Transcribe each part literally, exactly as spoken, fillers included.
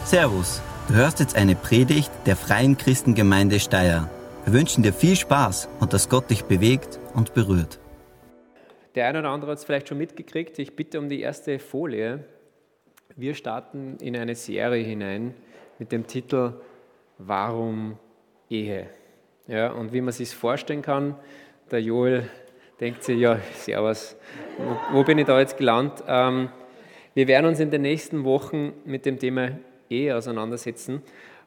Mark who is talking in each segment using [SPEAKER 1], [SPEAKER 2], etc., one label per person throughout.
[SPEAKER 1] Servus, du hörst jetzt eine Predigt der Freien Christengemeinde Steyr. Wir wünschen dir viel Spaß und dass Gott dich bewegt und berührt.
[SPEAKER 2] Der eine oder andere hat es vielleicht schon mitgekriegt. Ich bitte um die erste Folie. Wir starten in eine Serie hinein mit dem Titel Warum Ehe? Ja, und wie man sich vorstellen kann, der Joel denkt sich, ja, servus, wo, wo bin ich da jetzt gelandet? Ähm, wir werden uns in den nächsten Wochen mit dem Thema Ehe auseinandersetzen.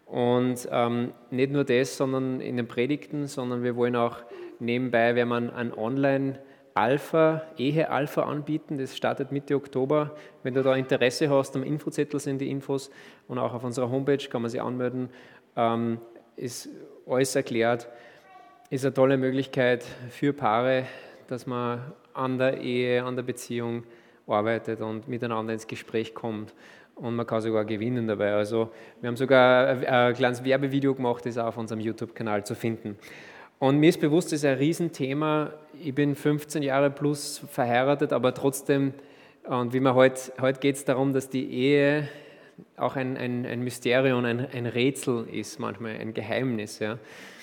[SPEAKER 2] Und ähm, nicht nur das, sondern in den Predigten, sondern wir wollen auch nebenbei, wenn man ein Online-Alpha, Ehe-Alpha anbieten, das startet Mitte Oktober. Wenn du da Interesse hast, am Infozettel sind die Infos und auch auf unserer Homepage kann man sich anmelden. Ähm, ist alles erklärt, ist eine tolle Möglichkeit für Paare, dass man an der Ehe, an der Beziehung arbeitet und miteinander ins Gespräch kommt. Und man kann sogar gewinnen dabei. Also wir haben sogar ein, ein kleines Werbevideo gemacht, das ist auch auf unserem YouTube-Kanal zu finden. Und mir ist bewusst, das ist ein Riesenthema. Ich bin fünfzehn Jahre plus verheiratet, aber trotzdem, und wie man heute, heute geht es darum, dass die Ehe auch ein, ein, ein Mysterium, ein, ein Rätsel ist, manchmal ein Geheimnis. Ja.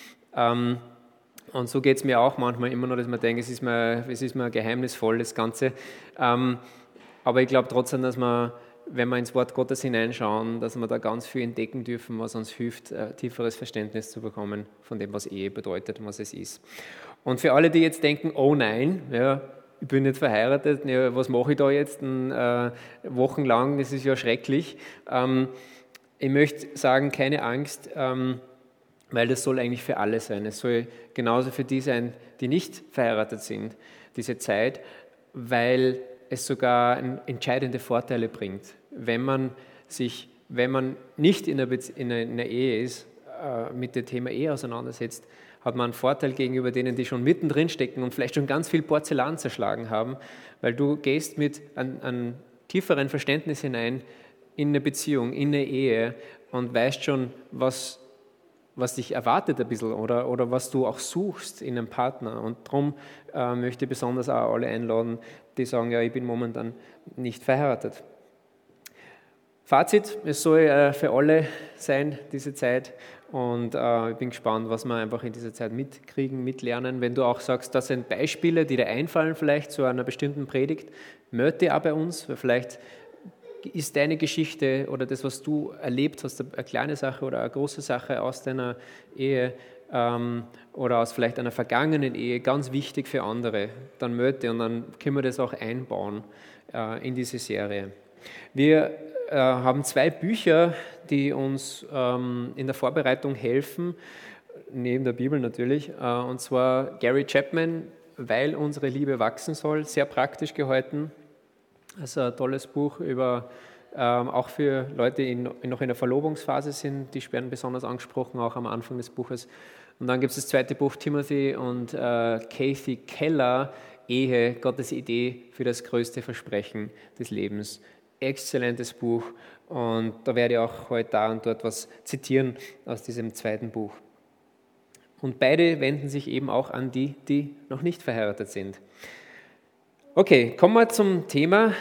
[SPEAKER 2] Ähm, und so geht es mir auch manchmal immer noch, dass man denkt, es ist mir, es ist mir geheimnisvoll, das Ganze. Ähm, aber ich glaube trotzdem, dass man, wenn wir ins Wort Gottes hineinschauen, dass wir da ganz viel entdecken dürfen, was uns hilft, ein tieferes Verständnis zu bekommen von dem, was Ehe bedeutet und was es ist. Und für alle, die jetzt denken, oh nein, ja, ich bin nicht verheiratet, ja, was mache ich da jetzt äh, wochenlang, das ist ja schrecklich. Ähm, ich möchte sagen, keine Angst, ähm, weil das soll eigentlich für alle sein. Es soll genauso für die sein, die nicht verheiratet sind, diese Zeit, weil es sogar entscheidende Vorteile bringt. Wenn man sich, wenn man nicht in einer, Bezie- in einer Ehe ist, äh, mit dem Thema Ehe auseinandersetzt, hat man einen Vorteil gegenüber denen, die schon mittendrin stecken und vielleicht schon ganz viel Porzellan zerschlagen haben, weil du gehst mit einem, einem tieferen Verständnis hinein in eine Beziehung, in eine Ehe und weißt schon, was, was dich erwartet ein bisschen oder, oder was du auch suchst in einem Partner. Und darum äh, möchte ich besonders auch alle einladen, die sagen, ja, ich bin momentan nicht verheiratet. Fazit, es soll äh, für alle sein, diese Zeit. Und äh, ich bin gespannt, was wir einfach in dieser Zeit mitkriegen, mitlernen. Wenn du auch sagst, das sind Beispiele, die dir einfallen vielleicht zu einer bestimmten Predigt, melde dich auch bei uns, weil vielleicht ist deine Geschichte oder das, was du erlebt hast, eine kleine Sache oder eine große Sache aus deiner Ehe ähm, oder aus vielleicht einer vergangenen Ehe ganz wichtig für andere. Dann melde dich und dann können wir das auch einbauen äh, in diese Serie. Wir äh, haben zwei Bücher, die uns ähm, in der Vorbereitung helfen, neben der Bibel natürlich, äh, und zwar Gary Chapman, Weil unsere Liebe wachsen soll, sehr praktisch gehalten. Also ein tolles Buch über, ähm, auch für Leute, die in, noch in der Verlobungsphase sind, die werden besonders angesprochen, auch am Anfang des Buches. Und dann gibt es das zweite Buch, Timothy und äh, Kathy Keller, Ehe, Gottes Idee für das größte Versprechen des Lebens. Exzellentes Buch und da werde ich auch heute da und dort was zitieren aus diesem zweiten Buch. Und beide wenden sich eben auch an die, die noch nicht verheiratet sind. Okay, kommen wir zum Thema,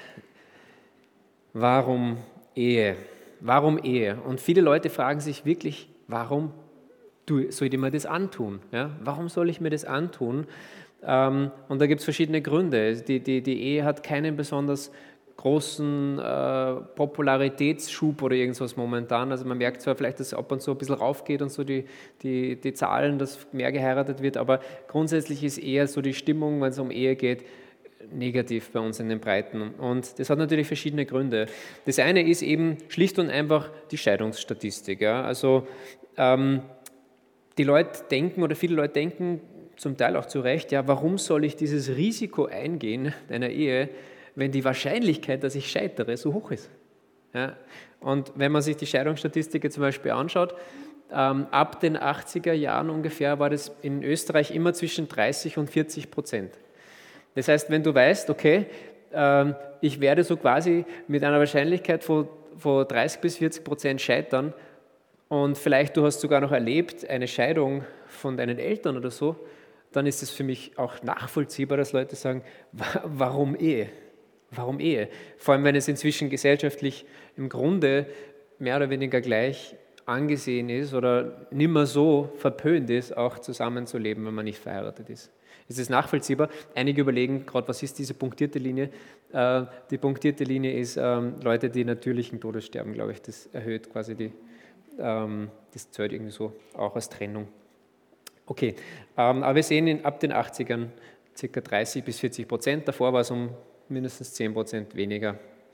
[SPEAKER 2] warum Ehe? Warum Ehe? Und viele Leute fragen sich wirklich, warum soll ich mir das antun? Ja? Warum soll ich mir das antun? Ähm, und da gibt es verschiedene Gründe. Die, die, die Ehe hat keinen besonders großen äh, Popularitätsschub oder irgendwas momentan. Also man merkt zwar vielleicht, dass es ab und zu ein bisschen raufgeht und so die, die, die Zahlen, dass mehr geheiratet wird, aber grundsätzlich ist eher so die Stimmung, wenn es um Ehe geht, negativ bei uns in den Breiten. Und das hat natürlich verschiedene Gründe. Das eine ist eben schlicht und einfach die Scheidungsstatistik. Ja? Also ähm, die Leute denken oder viele Leute denken, zum Teil auch zu Recht, ja, warum soll ich dieses Risiko eingehen einer Ehe, wenn die Wahrscheinlichkeit, dass ich scheitere, so hoch ist. Ja? Und wenn man sich die Scheidungsstatistik zum Beispiel anschaut, ähm, ab den achtziger Jahren ungefähr war das in Österreich immer zwischen dreißig und vierzig Prozent. Das heißt, wenn du weißt, okay, ähm, ich werde so quasi mit einer Wahrscheinlichkeit von, von dreißig bis vierzig Prozent scheitern und vielleicht du hast sogar noch erlebt eine Scheidung von deinen Eltern oder so, dann ist es für mich auch nachvollziehbar, dass Leute sagen, warum Ehe? Warum Ehe? Vor allem, wenn es inzwischen gesellschaftlich im Grunde mehr oder weniger gleich angesehen ist oder nimmer so verpönt ist, auch zusammenzuleben, wenn man nicht verheiratet ist. Es ist nachvollziehbar. Einige überlegen gerade, was ist diese punktierte Linie? Äh, die punktierte Linie ist ähm, Leute, die natürlichen Todes sterben, glaube ich. Das erhöht quasi die, ähm, das zählt irgendwie so auch als Trennung. Okay, ähm, aber wir sehen in, ab den achtzigern ca. dreißig bis vierzig Prozent. Davor war es um mindestens zehn Prozent weniger.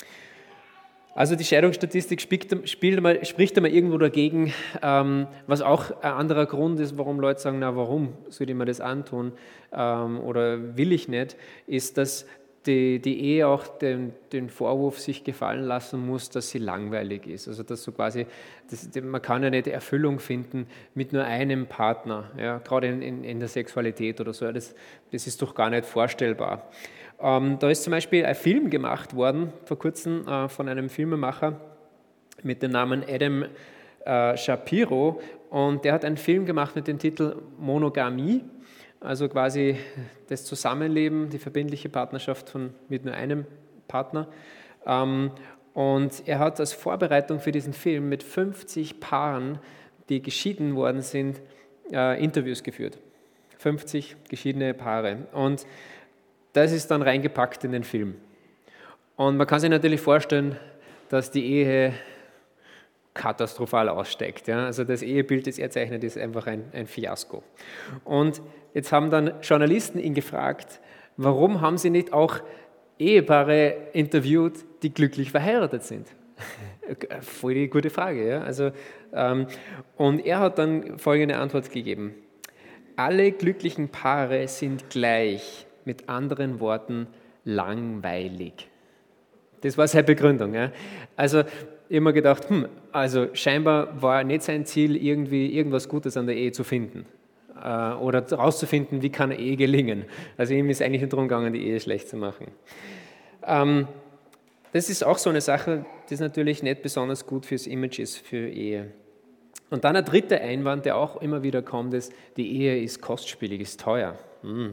[SPEAKER 2] Also die Scheidungsstatistik spielt, spielt mal, spricht einmal irgendwo dagegen, ähm, was auch ein anderer Grund ist, warum Leute sagen, na warum soll ich mir das antun ähm, oder will ich nicht, ist, dass die, die Ehe auch den, den Vorwurf sich gefallen lassen muss, dass sie langweilig ist. Also dass so quasi, das, man kann ja nicht Erfüllung finden mit nur einem Partner, ja, gerade in, in, in der Sexualität oder so, das, das ist doch gar nicht vorstellbar. Ähm, da ist zum Beispiel ein Film gemacht worden, vor kurzem äh, von einem Filmemacher mit dem Namen Adam äh, Shapiro, und der hat einen Film gemacht mit dem Titel Monogamie, also quasi das Zusammenleben, die verbindliche Partnerschaft von, mit nur einem Partner. Ähm, und er hat als Vorbereitung für diesen Film mit fünfzig Paaren, die geschieden worden sind, äh, Interviews geführt. fünfzig geschiedene Paare. Und das ist dann reingepackt in den Film. Und man kann sich natürlich vorstellen, dass die Ehe katastrophal aussteigt. Ja? Also das Ehebild, das er zeichnet, ist einfach ein, ein Fiasko. Und jetzt haben dann Journalisten ihn gefragt, warum haben sie nicht auch Ehepaare interviewt, die glücklich verheiratet sind? Voll die gute Frage. Ja? Also, ähm, und er hat dann folgende Antwort gegeben. Alle glücklichen Paare sind gleich. Mit anderen Worten, langweilig. Das war seine Begründung. Ja. Also ich habe mir gedacht, hm, also scheinbar war nicht sein Ziel, irgendwie irgendwas Gutes an der Ehe zu finden äh, oder herauszufinden, wie kann eine Ehe gelingen. Also ihm ist eigentlich nicht darum gegangen, die Ehe schlecht zu machen. Ähm, das ist auch so eine Sache, die natürlich nicht besonders gut fürs Image ist, für Ehe. Und dann ein dritter Einwand, der auch immer wieder kommt, ist, die Ehe ist kostspielig, ist teuer. Hm.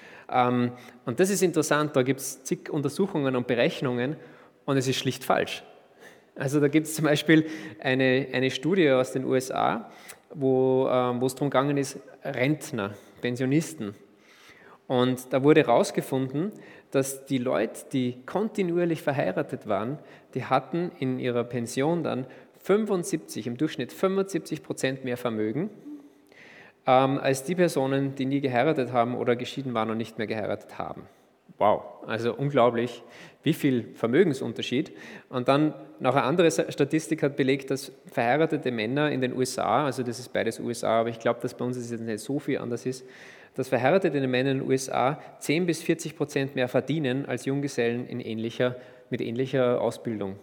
[SPEAKER 2] Und das ist interessant, da gibt es zig Untersuchungen und Berechnungen und es ist schlicht falsch. Also da gibt es zum Beispiel eine, eine Studie aus den U S A, wo, wo es darum gegangen ist, Rentner, Pensionisten. Und da wurde herausgefunden, dass die Leute, die kontinuierlich verheiratet waren, die hatten in ihrer Pension dann fünfundsiebzig, im Durchschnitt fünfundsiebzig Prozent mehr Vermögen, Ähm, als die Personen, die nie geheiratet haben oder geschieden waren und nicht mehr geheiratet haben. Wow, also unglaublich, wie viel Vermögensunterschied. Und dann noch eine andere Statistik hat belegt, dass verheiratete Männer in den U S A, also das ist beides U S A, aber ich glaube, dass bei uns es jetzt nicht so viel anders ist, dass verheiratete Männer in den U S A zehn bis vierzig Prozent mehr verdienen als Junggesellen in ähnlicher, mit ähnlicher Ausbildung.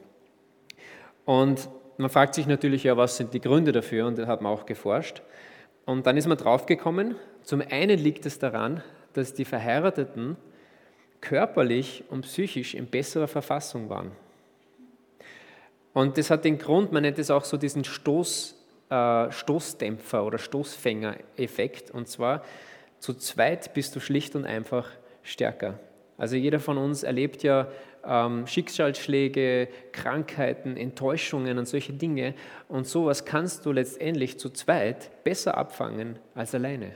[SPEAKER 2] Und man fragt sich natürlich, ja, was sind die Gründe dafür? Und da hat man auch geforscht. Und dann ist man draufgekommen, zum einen liegt es daran, dass die Verheirateten körperlich und psychisch in besserer Verfassung waren. Und das hat den Grund, man nennt es auch so diesen Stoß, äh, Stoßdämpfer oder Stoßfänger-Effekt. Und zwar, zu zweit bist du schlicht und einfach stärker. Also jeder von uns erlebt ja ähm, Schicksalsschläge, Krankheiten, Enttäuschungen und solche Dinge. Und sowas kannst du letztendlich zu zweit besser abfangen als alleine.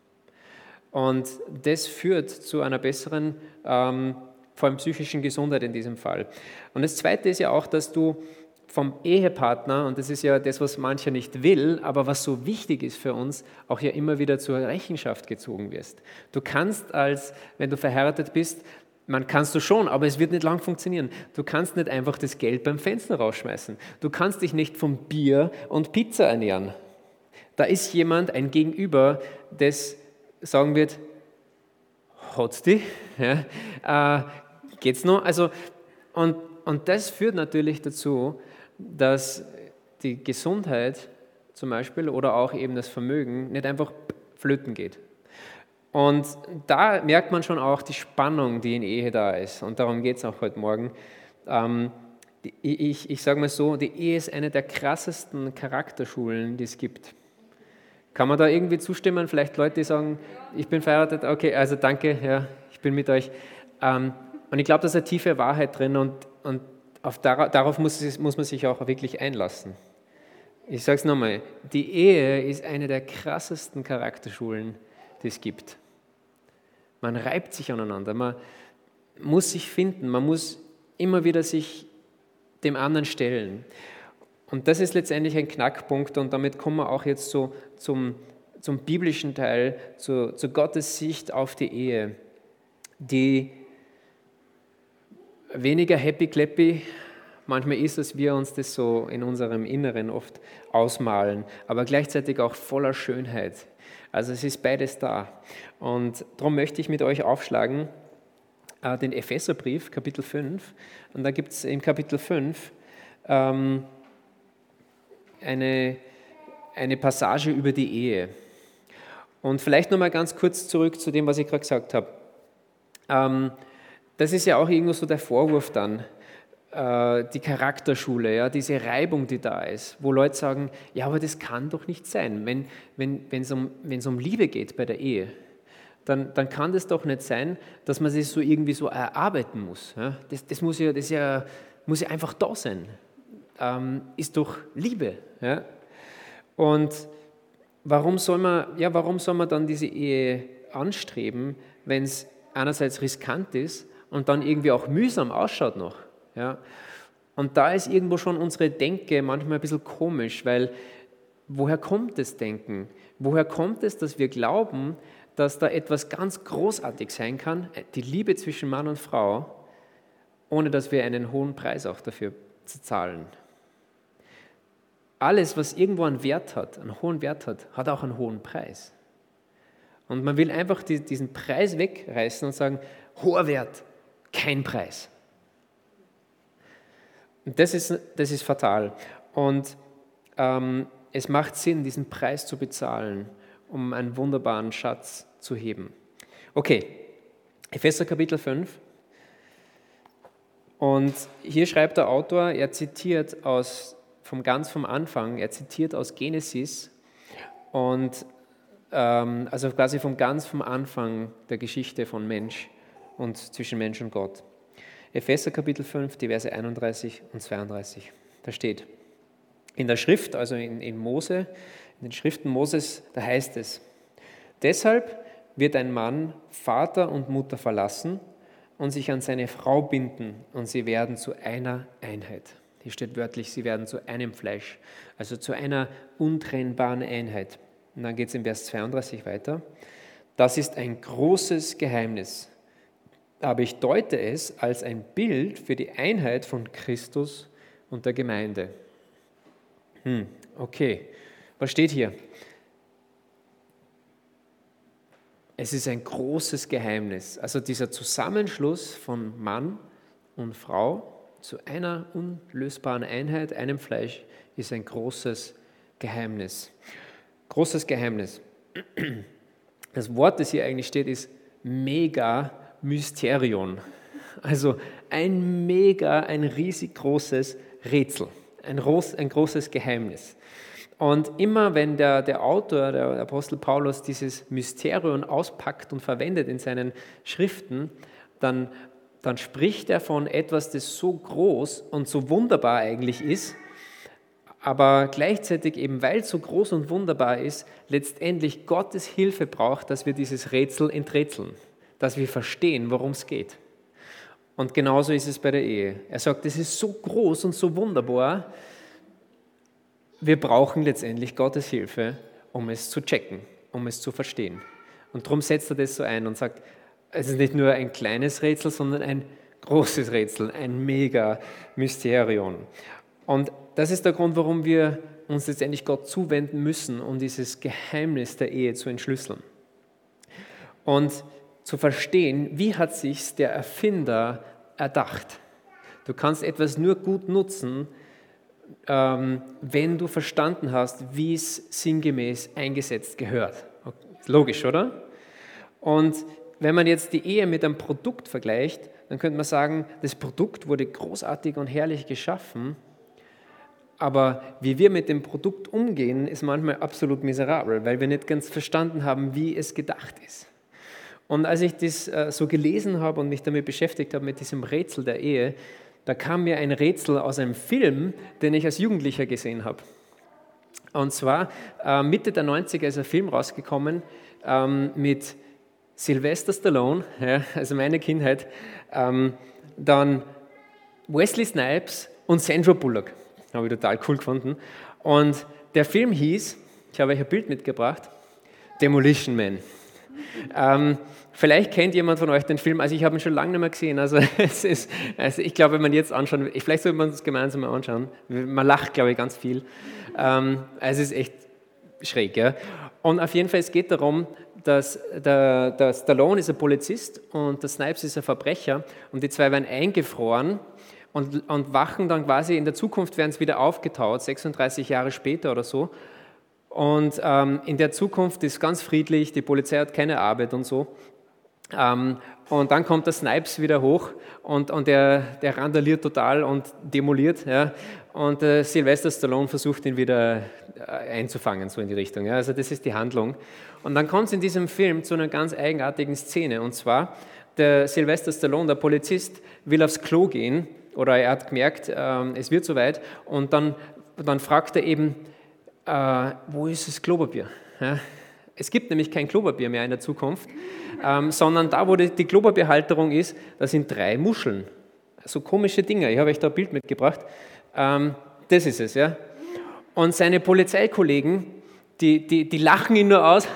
[SPEAKER 2] Und das führt zu einer besseren, ähm, vor allem psychischen Gesundheit in diesem Fall. Und das Zweite ist ja auch, dass du vom Ehepartner, und das ist ja das, was mancher nicht will, aber was so wichtig ist für uns, auch ja immer wieder zur Rechenschaft gezogen wirst. Du kannst als, wenn du verheiratet bist, man kannst du schon, aber es wird nicht lang funktionieren. Du kannst nicht einfach das Geld beim Fenster rausschmeißen. Du kannst dich nicht von Bier und Pizza ernähren. Da ist jemand, ein Gegenüber, das sagen wird, hat's die? Ja, äh, geht's noch? Also, und, und das führt natürlich dazu, dass die Gesundheit zum Beispiel oder auch eben das Vermögen nicht einfach flöten geht. Und da merkt man schon auch die Spannung, die in Ehe da ist. Und darum geht es auch heute Morgen. Ähm, die, ich ich sage mal so, die Ehe ist eine der krassesten Charakterschulen, die es gibt. Kann man da irgendwie zustimmen? Vielleicht Leute, die sagen, ich bin verheiratet, okay, also danke, ja, ich bin mit euch. Ähm, und ich glaube, da ist eine tiefe Wahrheit drin und, und auf, darauf muss, es, muss man sich auch wirklich einlassen. Ich sage es nochmal, die Ehe ist eine der krassesten Charakterschulen, die es gibt. Man reibt sich aneinander, man muss sich finden, man muss immer wieder sich dem anderen stellen. Und das ist letztendlich ein Knackpunkt und damit kommen wir auch jetzt so zum, zum biblischen Teil, zu, zu Gottes Sicht auf die Ehe, die weniger happy-clappy manchmal ist, dass wir uns das so in unserem Inneren oft ausmalen, aber gleichzeitig auch voller Schönheit. Also es ist beides da. Und darum möchte ich mit euch aufschlagen äh, den Epheserbrief, Kapitel fünf. Und da gibt es im Kapitel fünf ähm, eine, eine Passage über die Ehe. Und vielleicht nochmal ganz kurz zurück zu dem, was ich gerade gesagt habe. Ähm, das ist ja auch irgendwo so der Vorwurf dann, die Charakterschule, ja, diese Reibung, die da ist, wo Leute sagen, ja, aber das kann doch nicht sein. Wenn wenn wenn, es um, um Liebe geht bei der Ehe, dann, dann kann das doch nicht sein, dass man sich so irgendwie so erarbeiten muss. Ja. Das, das, muss ja, das ja, muss ja einfach da sein. Ähm, ist doch Liebe. Ja. Und warum soll man, ja, warum soll man dann diese Ehe anstreben, wenn es einerseits riskant ist und dann irgendwie auch mühsam ausschaut noch? Ja, und da ist irgendwo schon unsere Denke manchmal ein bisschen komisch, weil woher kommt das Denken? Woher kommt es, dass wir glauben, dass da etwas ganz großartig sein kann, die Liebe zwischen Mann und Frau, ohne dass wir einen hohen Preis auch dafür zahlen? Alles, was irgendwo einen Wert hat, einen hohen Wert hat, hat auch einen hohen Preis. Und man will einfach diesen Preis wegreißen und sagen, hoher Wert, kein Preis. Und das ist, das ist fatal. Und ähm, es macht Sinn, diesen Preis zu bezahlen, um einen wunderbaren Schatz zu heben. Okay, Epheser Kapitel fünf. Und hier schreibt der Autor, er zitiert aus, vom ganz vom Anfang, er zitiert aus Genesis, und ähm, also quasi vom ganz vom Anfang der Geschichte von Mensch und zwischen Mensch und Gott. Epheser Kapitel fünf, die Verse einunddreißig und zweiunddreißig. Da steht, in der Schrift, also in, in Mose, in den Schriften Moses, da heißt es, deshalb wird ein Mann Vater und Mutter verlassen und sich an seine Frau binden und sie werden zu einer Einheit. Hier steht wörtlich, sie werden zu einem Fleisch, also zu einer untrennbaren Einheit. Und dann geht es im Vers zweiunddreißig weiter. Das ist ein großes Geheimnis. Aber ich deute es als ein Bild für die Einheit von Christus und der Gemeinde. Hm, okay, was steht hier? Es ist ein großes Geheimnis. Also dieser Zusammenschluss von Mann und Frau zu einer unlösbaren Einheit, einem Fleisch, ist ein großes Geheimnis. Großes Geheimnis. Das Wort, das hier eigentlich steht, ist mega Mysterion, also ein mega, ein riesig großes Rätsel, ein, groß, ein großes Geheimnis. Und immer wenn der, der Autor, der Apostel Paulus, dieses Mysterion auspackt und verwendet in seinen Schriften, dann, dann spricht er von etwas, das so groß und so wunderbar eigentlich ist, aber gleichzeitig eben, weil es so groß und wunderbar ist, letztendlich Gottes Hilfe braucht, dass wir dieses Rätsel enträtseln, dass wir verstehen, worum es geht. Und genauso ist es bei der Ehe. Er sagt, es ist so groß und so wunderbar, wir brauchen letztendlich Gottes Hilfe, um es zu checken, um es zu verstehen. Und darum setzt er das so ein und sagt, es ist nicht nur ein kleines Rätsel, sondern ein großes Rätsel, ein mega Mysterium. Und das ist der Grund, warum wir uns letztendlich Gott zuwenden müssen, um dieses Geheimnis der Ehe zu entschlüsseln. Und zu verstehen, wie hat sich der Erfinder erdacht. Du kannst etwas nur gut nutzen, ähm, wenn du verstanden hast, wie es sinngemäß eingesetzt gehört. Logisch, oder? Und wenn man jetzt die Ehe mit einem Produkt vergleicht, dann könnte man sagen, das Produkt wurde großartig und herrlich geschaffen, aber wie wir mit dem Produkt umgehen, ist manchmal absolut miserabel, weil wir nicht ganz verstanden haben, wie es gedacht ist. Und als ich das äh, so gelesen habe und mich damit beschäftigt habe, mit diesem Rätsel der Ehe, da kam mir ein Rätsel aus einem Film, den ich als Jugendlicher gesehen habe. Und zwar äh, Mitte der neunziger ist ein Film rausgekommen ähm, mit Sylvester Stallone, ja, also meine Kindheit, ähm, dann Wesley Snipes und Sandra Bullock. Habe ich total cool gefunden. Und der Film hieß, ich habe euch ein Bild mitgebracht, Demolition Man. Ähm, vielleicht kennt jemand von euch den Film, also ich habe ihn schon lange nicht mehr gesehen, also, es ist, also ich glaube, wenn man jetzt anschaut, vielleicht sollte man es gemeinsam mal anschauen, man lacht, glaube ich, ganz viel, ähm, also es ist echt schräg. Ja? Und auf jeden Fall, es geht darum, dass der, der Stallone ist ein Polizist und der Snipes ist ein Verbrecher und die zwei werden eingefroren und, und wachen dann quasi, in der Zukunft werden sie wieder aufgetaut, sechsunddreißig Jahre später oder so. Und ähm, in der Zukunft ist ganz friedlich, die Polizei hat keine Arbeit und so. Ähm, und dann kommt der Snipes wieder hoch und, und der, der randaliert total und demoliert. Ja. Und äh, Sylvester Stallone versucht ihn wieder äh, einzufangen, so in die Richtung. Ja. Also das ist die Handlung. Und dann kommt es in diesem Film zu einer ganz eigenartigen Szene. Und zwar, der Sylvester Stallone, der Polizist, will aufs Klo gehen oder er hat gemerkt, äh, es wird soweit. Und dann, dann fragt er eben, Äh, wo ist das Klopapier? Ja, es gibt nämlich kein Klopapier mehr in der Zukunft, ähm, sondern da, wo die, die Klopapierhalterung ist, da sind drei Muscheln. So komische Dinge. Ich habe euch da ein Bild mitgebracht. Ähm, das ist es, ja. Und seine Polizeikollegen, die, die, die lachen ihn nur aus.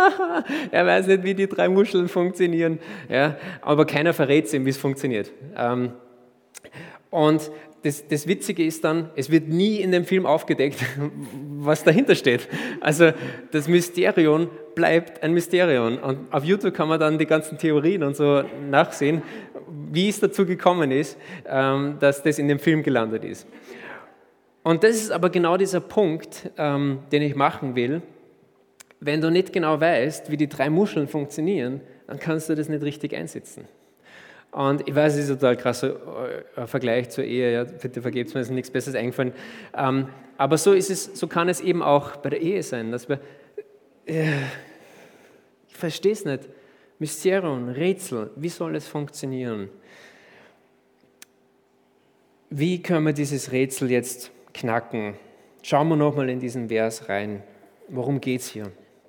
[SPEAKER 2] Er weiß nicht, wie die drei Muscheln funktionieren. Ja, aber keiner verrät ihm, wie es funktioniert. Ähm, und Das, das Witzige ist dann, es wird nie in dem Film aufgedeckt, was dahinter steht. Also das Mysterium bleibt ein Mysterium. Und auf YouTube kann man dann die ganzen Theorien und so nachsehen, wie es dazu gekommen ist, dass das in dem Film gelandet ist. Und das ist aber genau dieser Punkt, den ich machen will. Wenn du nicht genau weißt, wie die drei Muscheln funktionieren, dann kannst du das nicht richtig einsetzen. Und ich weiß, es ist ein total krasser Vergleich zur Ehe, ja, bitte vergebt mir, ist nichts Besseres eingefallen. Ähm, aber so ist es, so kann es eben auch bei der Ehe sein, dass wir, äh, ich verstehe es nicht, Mysterium, Rätsel, wie soll es funktionieren? Wie können wir dieses Rätsel jetzt knacken? Schauen wir nochmal in diesen Vers rein. Worum geht es hier?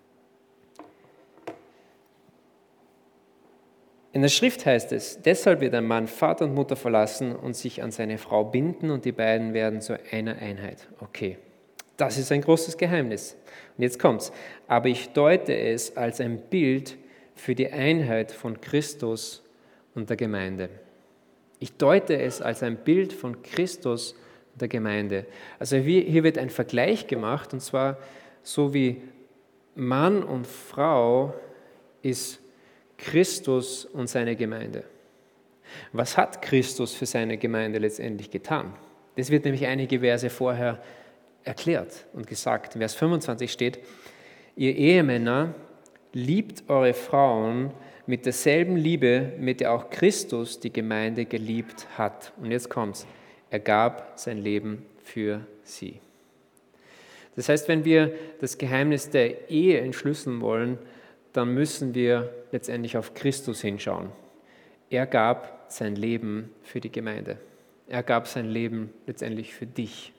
[SPEAKER 2] In der Schrift heißt es, deshalb wird ein Mann Vater und Mutter verlassen und sich an seine Frau binden und die beiden werden zu einer Einheit. Okay, das ist ein großes Geheimnis. Und jetzt kommt's. Aber ich deute es als ein Bild für die Einheit von Christus und der Gemeinde. Ich deute es als ein Bild von Christus und der Gemeinde. Also hier wird ein Vergleich gemacht und zwar so wie Mann und Frau ist Christus und seine Gemeinde. Was hat Christus für seine Gemeinde letztendlich getan? Das wird nämlich einige Verse vorher erklärt und gesagt. In Vers fünfundzwanzig steht, ihr Ehemänner, liebt eure Frauen mit derselben Liebe, mit der auch Christus die Gemeinde geliebt hat. Und jetzt kommt's. Er gab sein Leben für sie. Das heißt, wenn wir das Geheimnis der Ehe entschlüsseln wollen, dann müssen wir letztendlich auf Christus hinschauen. Er gab sein Leben für die Gemeinde. Er gab sein Leben letztendlich für dich.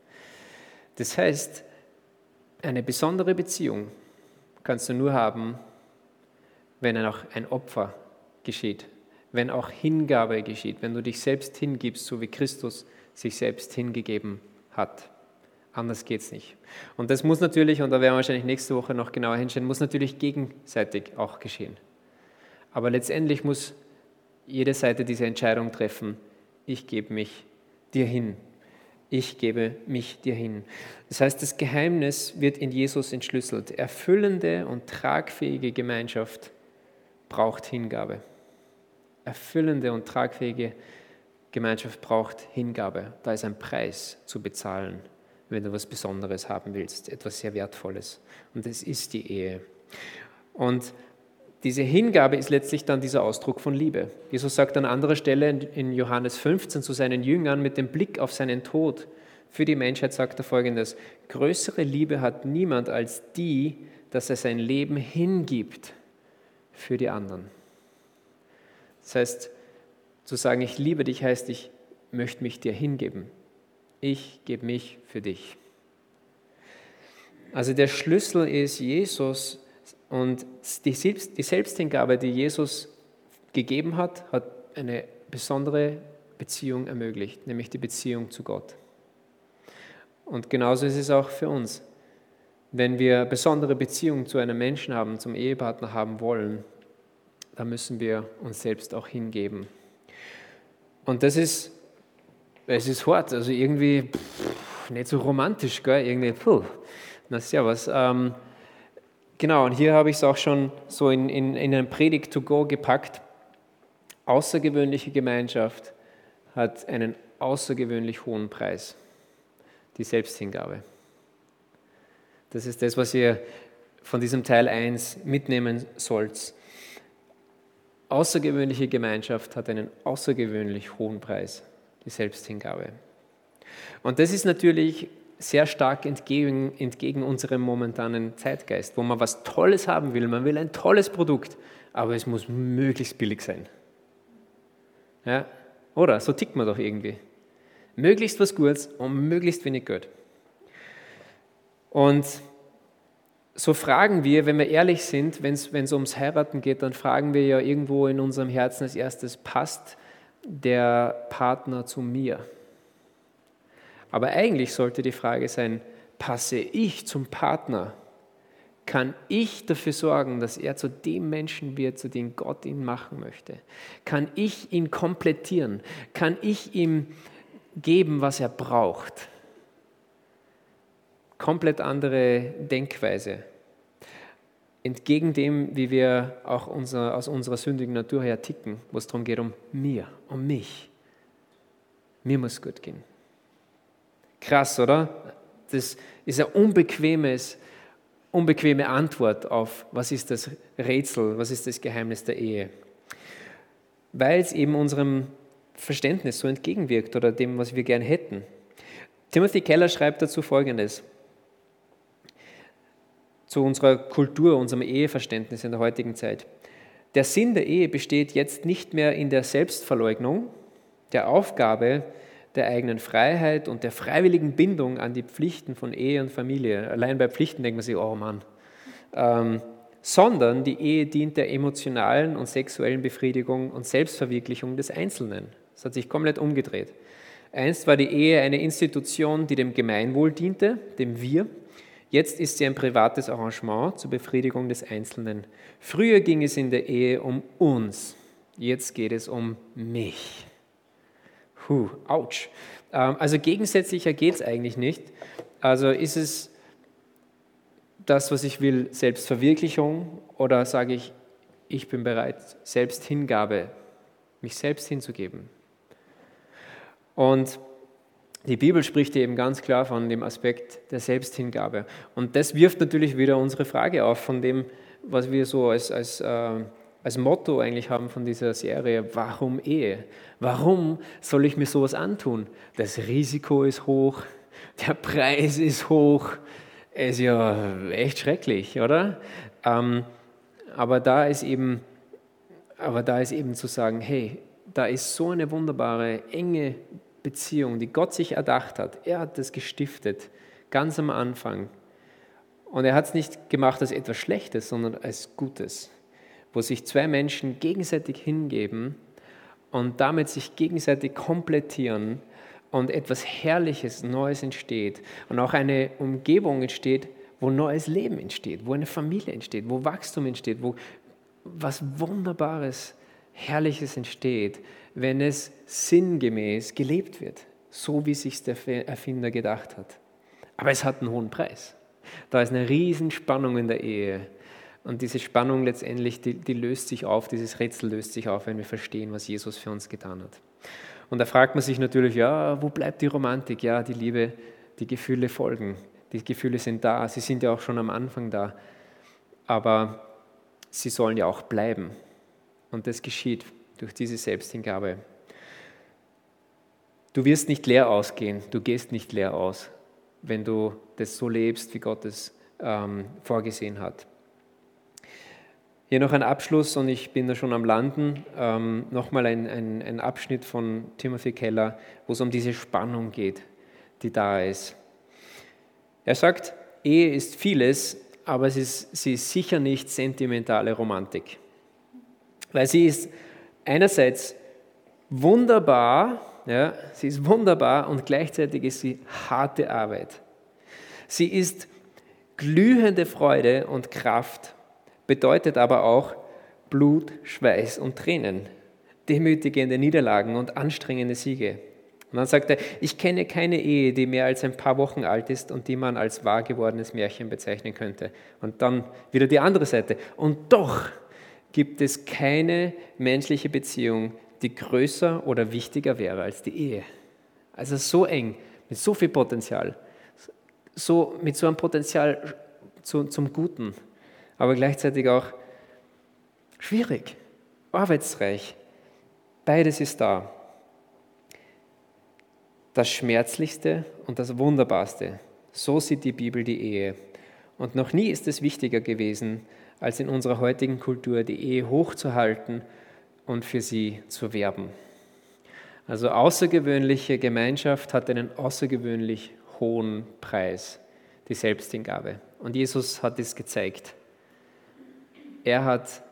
[SPEAKER 2] Das heißt, eine besondere Beziehung kannst du nur haben, wenn auch ein Opfer geschieht, wenn auch Hingabe geschieht, wenn du dich selbst hingibst, so wie Christus sich selbst hingegeben hat. Anders geht es nicht. Und das muss natürlich, und da werden wir wahrscheinlich nächste Woche noch genauer hinschauen, muss natürlich gegenseitig auch geschehen. Aber letztendlich muss jede Seite diese Entscheidung treffen, ich gebe mich dir hin. Ich gebe mich dir hin. Das heißt, das Geheimnis wird in Jesus entschlüsselt. Erfüllende und tragfähige Gemeinschaft braucht Hingabe. Erfüllende und tragfähige Gemeinschaft braucht Hingabe. Da ist ein Preis zu bezahlen, wenn du was Besonderes haben willst, etwas sehr Wertvolles. Und das ist die Ehe. Und diese Hingabe ist letztlich dann dieser Ausdruck von Liebe. Jesus sagt an anderer Stelle in Johannes fünfzehn zu seinen Jüngern mit dem Blick auf seinen Tod für die Menschheit, sagt er Folgendes: Größere Liebe hat niemand als die, dass er sein Leben hingibt für die anderen. Das heißt, zu sagen, ich liebe dich, heißt, ich möchte mich dir hingeben. Ich gebe mich für dich. Also der Schlüssel ist Jesus und die Selbsthingabe, die Jesus gegeben hat, hat eine besondere Beziehung ermöglicht, nämlich die Beziehung zu Gott. Und genauso ist es auch für uns. Wenn wir besondere Beziehungen zu einem Menschen haben, zum Ehepartner haben wollen, dann müssen wir uns selbst auch hingeben. Und das ist, es ist hart, also irgendwie pff, nicht so romantisch, gell? Irgendwie, puh, na servus. Ähm, genau, und hier habe ich es auch schon so in, in, in eine Predigt to go gepackt. Außergewöhnliche Gemeinschaft hat einen außergewöhnlich hohen Preis, die Selbsthingabe. Das ist das, was ihr von diesem Teil eins mitnehmen sollt. Außergewöhnliche Gemeinschaft hat einen außergewöhnlich hohen Preis, die Selbsthingabe. Und das ist natürlich sehr stark entgegen, entgegen unserem momentanen Zeitgeist, wo man was Tolles haben will. Man will ein tolles Produkt, aber es muss möglichst billig sein. Ja? Oder? So tickt man doch irgendwie. Möglichst was Gutes und möglichst wenig Geld. Und so fragen wir, wenn wir ehrlich sind, wenn es ums Heiraten geht, dann fragen wir ja irgendwo in unserem Herzen als erstes, passt der Partner zu mir? Aber eigentlich sollte die Frage sein, passe ich zum Partner? Kann ich dafür sorgen, dass er zu dem Menschen wird, zu dem Gott ihn machen möchte? Kann ich ihn komplettieren? Kann ich ihm geben, was er braucht? Komplett andere Denkweise. Entgegen dem, wie wir auch unser, aus unserer sündigen Natur her ticken, wo es darum geht, um mir, um mich. Mir muss gut gehen. Krass, oder? Das ist eine unbequemes, unbequeme Antwort auf, was ist das Rätsel, was ist das Geheimnis der Ehe. Weil es eben unserem Verständnis so entgegenwirkt oder dem, was wir gern hätten. Timothy Keller schreibt dazu Folgendes. Zu unserer Kultur, unserem Eheverständnis in der heutigen Zeit. Der Sinn der Ehe besteht jetzt nicht mehr in der Selbstverleugnung, der Aufgabe der eigenen Freiheit und der freiwilligen Bindung an die Pflichten von Ehe und Familie. Allein bei Pflichten denkt man sich, oh Mann. Ähm, sondern die Ehe dient der emotionalen und sexuellen Befriedigung und Selbstverwirklichung des Einzelnen. Das hat sich komplett umgedreht. Einst war die Ehe eine Institution, die dem Gemeinwohl diente, dem Wir. Jetzt ist sie ein privates Arrangement zur Befriedigung des Einzelnen. Früher ging es in der Ehe um uns, jetzt geht es um mich. Puh, ouch. Also gegensätzlicher geht es eigentlich nicht. Also ist es das, was ich will, Selbstverwirklichung, oder sage ich, ich bin bereit, Selbsthingabe, mich selbst hinzugeben. Und die Bibel spricht eben ganz klar von dem Aspekt der Selbsthingabe. Und das wirft natürlich wieder unsere Frage auf von dem, was wir so als, als, äh, als Motto eigentlich haben von dieser Serie, warum Ehe? Warum soll ich mir sowas antun? Das Risiko ist hoch, der Preis ist hoch, ist ja echt schrecklich, oder? Ähm, aber da ist eben, aber da ist eben zu sagen, hey, da ist so eine wunderbare, enge Beziehung, die Gott sich erdacht hat. Er hat das gestiftet, ganz am Anfang. Und er hat es nicht gemacht als etwas Schlechtes, sondern als Gutes, wo sich zwei Menschen gegenseitig hingeben und damit sich gegenseitig komplettieren und etwas Herrliches, Neues entsteht und auch eine Umgebung entsteht, wo neues Leben entsteht, wo eine Familie entsteht, wo Wachstum entsteht, wo was Wunderbares, Herrliches entsteht, wenn es sinngemäß gelebt wird, so wie sich der Erfinder gedacht hat. Aber es hat einen hohen Preis. Da ist eine Riesenspannung in der Ehe. Und diese Spannung letztendlich, die, die löst sich auf, dieses Rätsel löst sich auf, wenn wir verstehen, was Jesus für uns getan hat. Und da fragt man sich natürlich, ja, wo bleibt die Romantik? Ja, die Liebe, die Gefühle folgen. Die Gefühle sind da, sie sind ja auch schon am Anfang da. Aber sie sollen ja auch bleiben. Und das geschieht durch diese Selbsthingabe. Du wirst nicht leer ausgehen, du gehst nicht leer aus, wenn du das so lebst, wie Gott es ähm, vorgesehen hat. Hier noch ein Abschluss und ich bin da schon am Landen. Ähm, Nochmal ein, ein, ein Abschnitt von Timothy Keller, wo es um diese Spannung geht, die da ist. Er sagt, Ehe ist vieles, aber es ist, sie ist sicher nicht sentimentale Romantik. Weil sie ist einerseits wunderbar, ja, sie ist wunderbar und gleichzeitig ist sie harte Arbeit. Sie ist glühende Freude und Kraft, bedeutet aber auch Blut, Schweiß und Tränen, demütigende Niederlagen und anstrengende Siege. Und dann sagt er, ich kenne keine Ehe, die mehr als ein paar Wochen alt ist und die man als wahr gewordenes Märchen bezeichnen könnte. Und dann wieder die andere Seite. Und doch gibt es keine menschliche Beziehung, die größer oder wichtiger wäre als die Ehe. Also so eng, mit so viel Potenzial, so, mit so einem Potenzial zu, zum Guten, aber gleichzeitig auch schwierig, arbeitsreich. Beides ist da. Das Schmerzlichste und das Wunderbarste, so sieht die Bibel die Ehe. Und noch nie ist es wichtiger gewesen, als in unserer heutigen Kultur die Ehe hochzuhalten und für sie zu werben. Also außergewöhnliche Gemeinschaft hat einen außergewöhnlich hohen Preis, die Selbsthingabe. Und Jesus hat es gezeigt. Er hat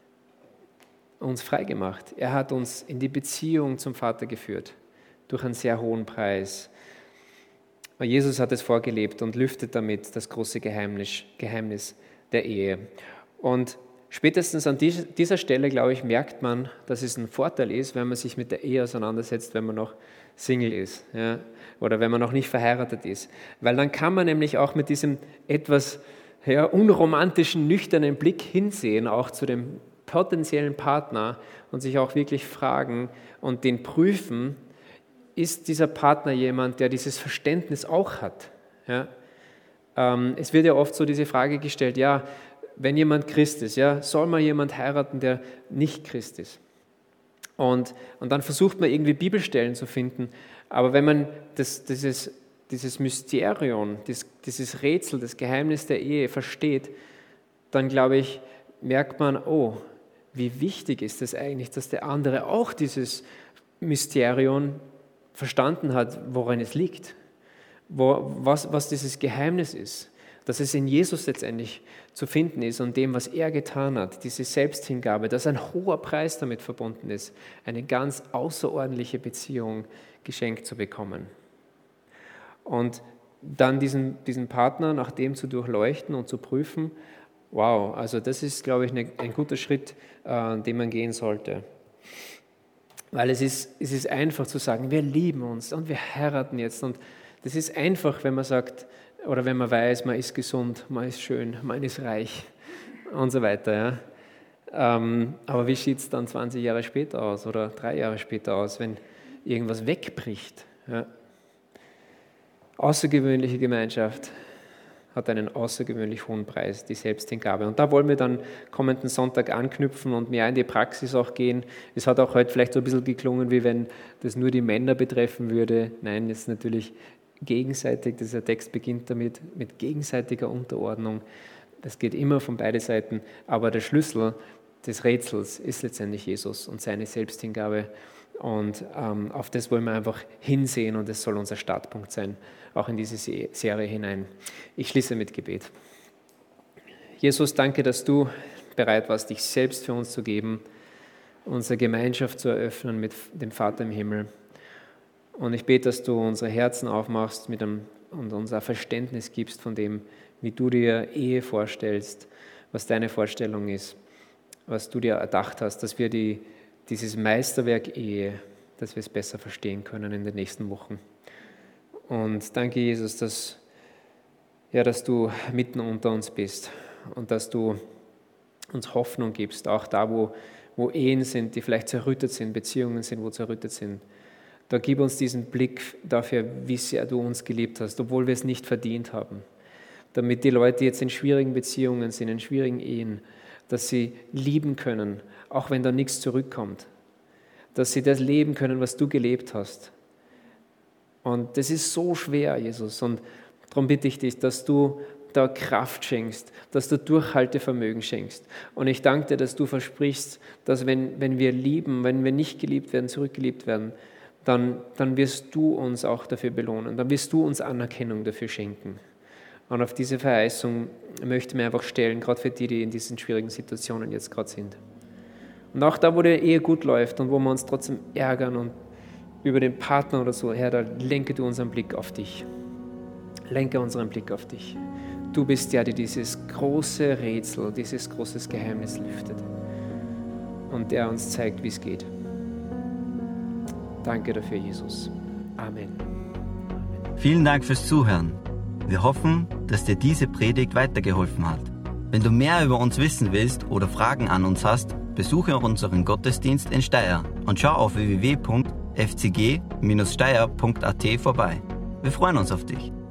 [SPEAKER 2] uns freigemacht. Er hat uns in die Beziehung zum Vater geführt, durch einen sehr hohen Preis. Und Jesus hat es vorgelebt und lüftet damit das große Geheimnis, Geheimnis der Ehe. Und spätestens an dieser Stelle, glaube ich, merkt man, dass es ein Vorteil ist, wenn man sich mit der Ehe auseinandersetzt, wenn man noch Single ist, ja, oder wenn man noch nicht verheiratet ist. Weil dann kann man nämlich auch mit diesem etwas ja, unromantischen, nüchternen Blick hinsehen, auch zu dem potenziellen Partner und sich auch wirklich fragen und den prüfen, ist dieser Partner jemand, der dieses Verständnis auch hat? Ja? Ähm, es wird ja oft so diese Frage gestellt, ja, wenn jemand Christ ist, ja, soll man jemand heiraten, der nicht Christ ist? Und, und dann versucht man irgendwie Bibelstellen zu finden, aber wenn man das, dieses, dieses Mysterium, dieses, dieses Rätsel, das Geheimnis der Ehe versteht, dann glaube ich, merkt man, oh, wie wichtig ist es eigentlich, dass der andere auch dieses Mysterium verstanden hat, woran es liegt, wo, was, was dieses Geheimnis ist, dass es in Jesus letztendlich zu finden ist und dem, was er getan hat, diese Selbsthingabe, dass ein hoher Preis damit verbunden ist, eine ganz außerordentliche Beziehung geschenkt zu bekommen. Und dann diesen, diesen Partner nach dem zu durchleuchten und zu prüfen, wow, also das ist, glaube ich, eine, ein guter Schritt, äh, den man gehen sollte. Weil es ist, es ist einfach zu sagen, wir lieben uns und wir heiraten jetzt. Und das ist einfach, wenn man sagt, oder wenn man weiß, man ist gesund, man ist schön, man ist reich und so weiter. Ja. Ähm, aber wie sieht es dann zwanzig Jahre später aus oder drei Jahre später aus, wenn irgendwas wegbricht? Ja. Außergewöhnliche Gemeinschaft hat einen außergewöhnlich hohen Preis, die Selbsthingabe. Und da wollen wir dann kommenden Sonntag anknüpfen und mehr in die Praxis auch gehen. Es hat auch heute vielleicht so ein bisschen geklungen, wie wenn das nur die Männer betreffen würde. Nein, es ist natürlich gegenseitig, dieser Text beginnt damit, mit gegenseitiger Unterordnung. Das geht immer von beiden Seiten, aber der Schlüssel des Rätsels ist letztendlich Jesus und seine Selbsthingabe. Und ähm, auf das wollen wir einfach hinsehen und das soll unser Startpunkt sein, auch in diese Serie hinein. Ich schließe mit Gebet. Jesus, danke, dass du bereit warst, dich selbst für uns zu geben, unsere Gemeinschaft zu eröffnen mit dem Vater im Himmel. Und ich bete, dass du unsere Herzen aufmachst mit einem, und uns ein Verständnis gibst von dem, wie du dir Ehe vorstellst, was deine Vorstellung ist, was du dir erdacht hast, dass wir die dieses Meisterwerk Ehe, dass wir es besser verstehen können in den nächsten Wochen. Und danke, Jesus, dass, ja, dass du mitten unter uns bist und dass du uns Hoffnung gibst, auch da, wo, wo Ehen sind, die vielleicht zerrüttet sind, Beziehungen sind, wo zerrüttet sind. Da gib uns diesen Blick dafür, wie sehr du uns geliebt hast, obwohl wir es nicht verdient haben. Damit die Leute jetzt in schwierigen Beziehungen sind, in schwierigen Ehen, dass sie lieben können, auch wenn da nichts zurückkommt. Dass sie das leben können, was du gelebt hast. Und das ist so schwer, Jesus. Und darum bitte ich dich, dass du da Kraft schenkst, dass du Durchhaltevermögen schenkst. Und ich danke dir, dass du versprichst, dass wenn, wenn wir lieben, wenn wir nicht geliebt werden, zurückgeliebt werden, dann, dann wirst du uns auch dafür belohnen, dann wirst du uns Anerkennung dafür schenken. Und auf diese Verheißung möchte ich mir einfach stellen, gerade für die, die in diesen schwierigen Situationen jetzt gerade sind. Und auch da, wo die Ehe gut läuft und wo wir uns trotzdem ärgern und über den Partner oder so, Herr, da lenke du unseren Blick auf dich. Lenke unseren Blick auf dich. Du bist der, der dieses große Rätsel, dieses große Geheimnis lüftet und der uns zeigt, wie es geht. Danke dafür, Jesus. Amen. Amen.
[SPEAKER 1] Vielen Dank fürs Zuhören. Wir hoffen, dass dir diese Predigt weitergeholfen hat. Wenn du mehr über uns wissen willst oder Fragen an uns hast, besuche unseren Gottesdienst in Steyr und schau auf w w w punkt f c g Bindestrich steyr punkt a t vorbei. Wir freuen uns auf dich.